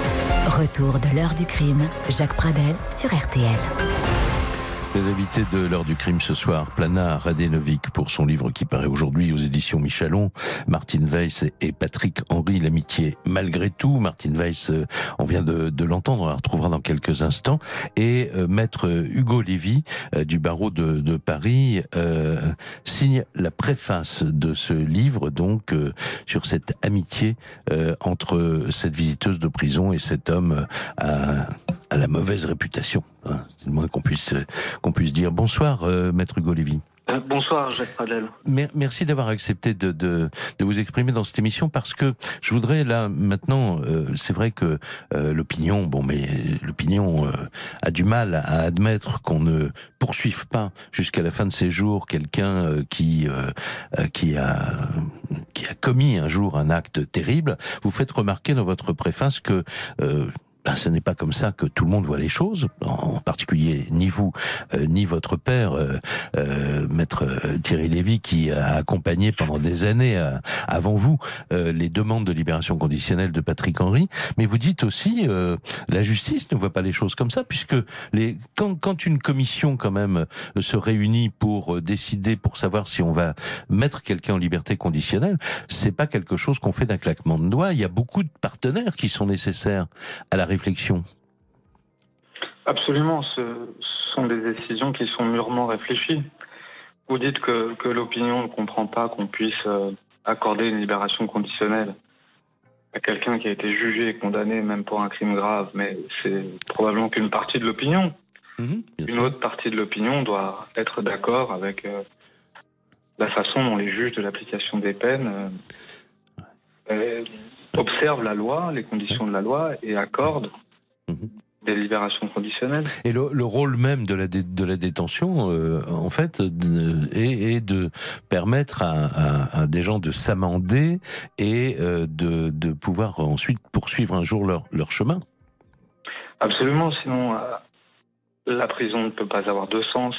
Retour de l'heure du crime, Jacques Pradel sur R T L. Les invités de l'heure du crime ce soir, Plana Radenovic pour son livre qui paraît aujourd'hui aux éditions Michalon, Martine Weiss et Patrick Henry, l'amitié malgré tout. Martine Weiss, on vient de, de l'entendre, on la retrouvera dans quelques instants. Et euh, maître Hugo Lévy euh, du barreau de, de Paris euh, signe la préface de ce livre, donc euh, sur cette amitié euh, entre cette visiteuse de prison et cet homme à, à la mauvaise réputation. Hein, c'est le moins qu'on puisse qu'on puisse dire. Bonsoir, euh, maître Hugo Lévy. Euh, bonsoir, Jacques Pradel. Merci d'avoir accepté de, de, de vous exprimer dans cette émission, parce que je voudrais là maintenant, euh, c'est vrai que euh, l'opinion, bon, mais l'opinion euh, a du mal à admettre qu'on ne poursuive pas jusqu'à la fin de ses jours quelqu'un euh, qui euh, qui a qui a commis un jour un acte terrible. Vous faites remarquer dans votre préface que euh, ben, ce n'est pas comme ça que tout le monde voit les choses, en particulier ni vous, euh, ni votre père, euh, euh, maître Thierry Lévy, qui a accompagné pendant des années, euh, avant vous, euh, les demandes de libération conditionnelle de Patrick Henry. Mais vous dites aussi, euh, la justice ne voit pas les choses comme ça, puisque les, quand, quand une commission quand même se réunit pour décider, pour savoir si on va mettre quelqu'un en liberté conditionnelle, c'est pas quelque chose qu'on fait d'un claquement de doigts. Il y a beaucoup de partenaires qui sont nécessaires à la réflexion. Absolument, ce sont des décisions qui sont mûrement réfléchies. Vous dites que, que l'opinion ne comprend pas qu'on puisse accorder une libération conditionnelle à quelqu'un qui a été jugé et condamné même pour un crime grave, mais c'est probablement qu'une partie de l'opinion. Mmh, une sûr. Autre partie de l'opinion doit être d'accord avec euh, la façon dont les juges de l'application des peines euh, euh, observent la loi, les conditions de la loi et accordent mmh. des libérations conditionnelles. Et le, le rôle même de la, dé, de la détention, euh, en fait, est, est de permettre à, à, à des gens de s'amender et euh, de, de pouvoir ensuite poursuivre un jour leur, leur chemin. Absolument, sinon euh, la prison ne peut pas avoir de sens.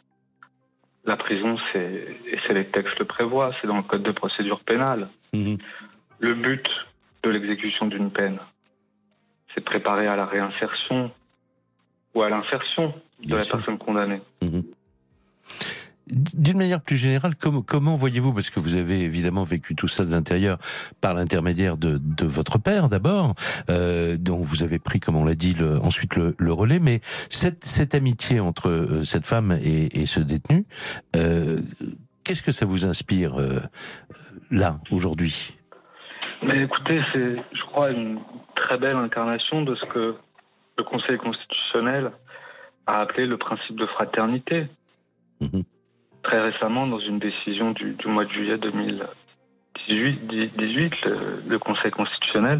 La prison, c'est, et c'est les textes le prévoient, c'est dans le code de procédure pénale. Mmh. Le but de l'exécution d'une peine, c'est de préparer à la réinsertion ou à l'insertion de Bien la sûr. Personne condamnée. Mmh. D'une manière plus générale, comment, comment voyez-vous, parce que vous avez évidemment vécu tout ça de l'intérieur par l'intermédiaire de, de votre père d'abord, euh, dont vous avez pris, comme on l'a dit, le, ensuite le, le relais, mais cette, cette amitié entre euh, cette femme et, et ce détenu, euh, qu'est-ce que ça vous inspire euh, là, aujourd'hui ? Mais écoutez, c'est, je crois, une très belle incarnation de ce que le Conseil constitutionnel a appelé le principe de fraternité. Mmh. Très récemment, dans une décision du, du mois de juillet deux mille dix-huit, le, le Conseil constitutionnel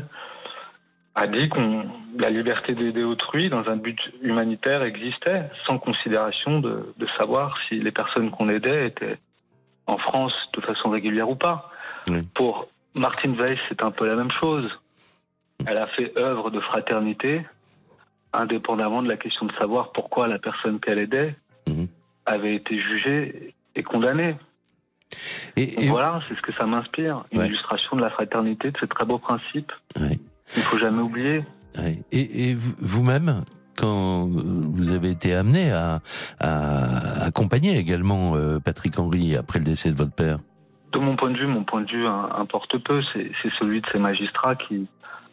a dit que la liberté d'aider autrui dans un but humanitaire existait, sans considération de, de savoir si les personnes qu'on aidait étaient en France de façon régulière ou pas. Oui. Pour Martine Weiss, c'est un peu la même chose. Elle a fait œuvre de fraternité, indépendamment de la question de savoir pourquoi la personne qu'elle aidait mmh. avait été jugée et condamnée. Et, et voilà, c'est ce que ça m'inspire, une ouais. illustration de la fraternité, de ce très beau principe. Ouais. Il ne faut jamais oublier. Ouais. Et, et vous-même, quand vous avez été amené à, à accompagner également euh, Patrick Henry après le décès de votre père? De mon point de vue, mon point de vue importe peu, c'est, c'est celui de ces magistrats qui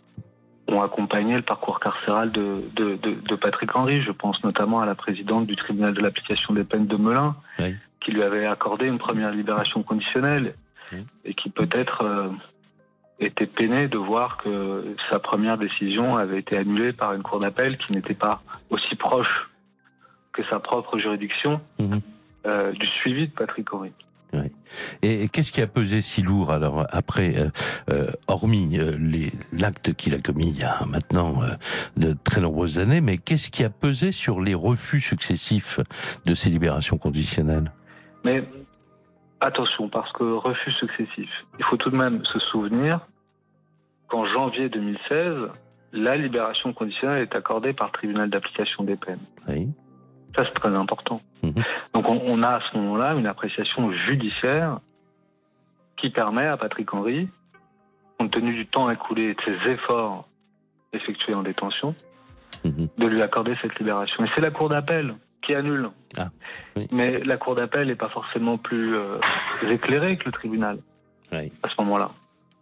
ont accompagné le parcours carcéral de, de, de, de Patrick Henry. Je pense notamment à la présidente du tribunal de l'application des peines de Melun, oui. qui lui avait accordé une première libération conditionnelle oui. et qui peut-être euh, était peinée de voir que sa première décision avait été annulée par une cour d'appel qui n'était pas aussi proche que sa propre juridiction mmh. euh, du suivi de Patrick Henry. Oui. Et qu'est-ce qui a pesé si lourd alors après, euh, euh, hormis euh, les, l'acte qu'il a commis il y a maintenant euh, de très nombreuses années, mais qu'est-ce qui a pesé sur les refus successifs de ces libérations conditionnelles? Mais attention, parce que refus successifs, il faut tout de même se souvenir qu'en janvier deux mille seize, la libération conditionnelle est accordée par le tribunal d'application des peines. Oui. Ça, c'est très important. Mmh. Donc, on, on a à ce moment-là une appréciation judiciaire qui permet à Patrick Henry, compte tenu du temps écoulé et de ses efforts effectués en détention, mmh. de lui accorder cette libération. Et c'est la cour d'appel qui annule. Ah, oui. Mais la cour d'appel n'est pas forcément plus euh, éclairée que le tribunal oui. à ce moment-là.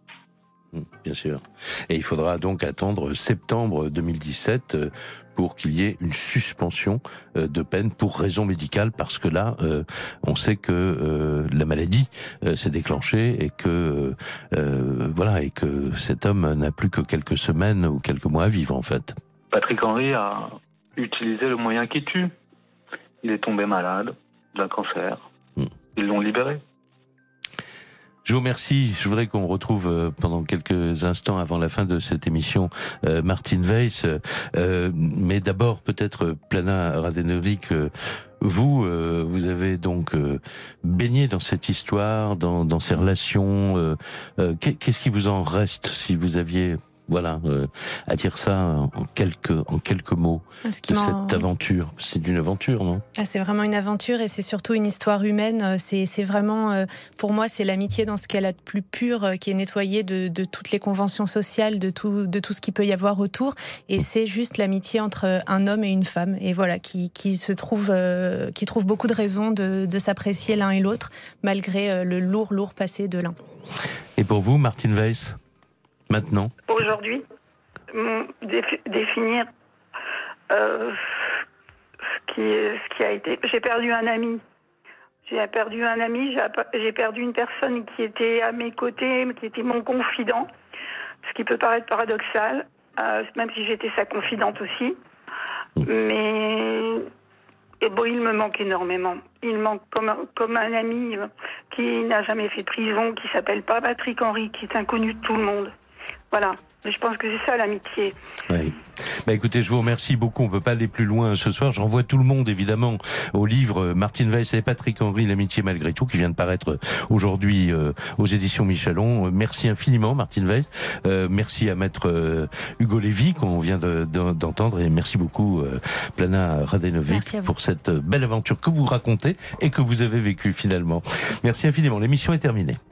Bien sûr. Et il faudra donc attendre septembre deux mille dix-sept pour qu'il y ait une suspension de peine pour raison médicale, parce que là, euh, on sait que euh, la maladie euh, s'est déclenchée et que euh, voilà, et que cet homme n'a plus que quelques semaines ou quelques mois à vivre en fait. Patrick Henry a utilisé le moyen qui tue. Il est tombé malade d'un cancer. Mmh. Ils l'ont libéré. Je vous remercie. Je voudrais qu'on retrouve pendant quelques instants avant la fin de cette émission euh, Martine Weiss. Euh, mais d'abord, peut-être, Plana Radenovic, euh, vous, euh, vous avez donc euh, baigné dans cette histoire, dans, dans ces relations. Euh, euh, qu'est-ce qui vous en reste si vous aviez Voilà, euh, à dire ça en quelques, en quelques mots de cette aventure. C'est une aventure, non? Ah, c'est vraiment une aventure et c'est surtout une histoire humaine. C'est, c'est vraiment, euh, pour moi, c'est l'amitié dans ce qu'elle a de plus pur, euh, qui est nettoyée de, de toutes les conventions sociales, de tout, de tout ce qu'il peut y avoir autour. Et c'est juste l'amitié entre un homme et une femme. Et voilà, qui, qui se trouve, euh, qui trouve beaucoup de raisons de, de s'apprécier l'un et l'autre, malgré euh, le lourd, lourd passé de l'un. Et pour vous, Martine Weiss? Maintenant, aujourd'hui, défi- définir euh, ce, qui, ce qui a été. J'ai perdu un ami. J'ai perdu un ami. J'ai, j'ai perdu une personne qui était à mes côtés, qui était mon confident. Ce qui peut paraître paradoxal, euh, même si j'étais sa confidente aussi. Mais et bon, il me manque énormément. Il manque comme, comme un ami qui n'a jamais fait prison, qui s'appelle pas Patrick Henry, qui est inconnu de tout le monde. Voilà, je pense que c'est ça l'amitié. Oui. Bah écoutez, je vous remercie beaucoup. On peut pas aller plus loin ce soir. Je renvoie tout le monde évidemment au livre Martine Weiss et Patrick Henry, l'amitié malgré tout, qui vient de paraître aujourd'hui euh, aux éditions Michelon. Euh, merci infiniment Martine Weiss. Euh, merci à maître euh, Hugo Lévy qu'on vient de, de, d'entendre et merci beaucoup euh, Plana Radenovic pour cette belle aventure que vous racontez et que vous avez vécue finalement. Merci infiniment. L'émission est terminée.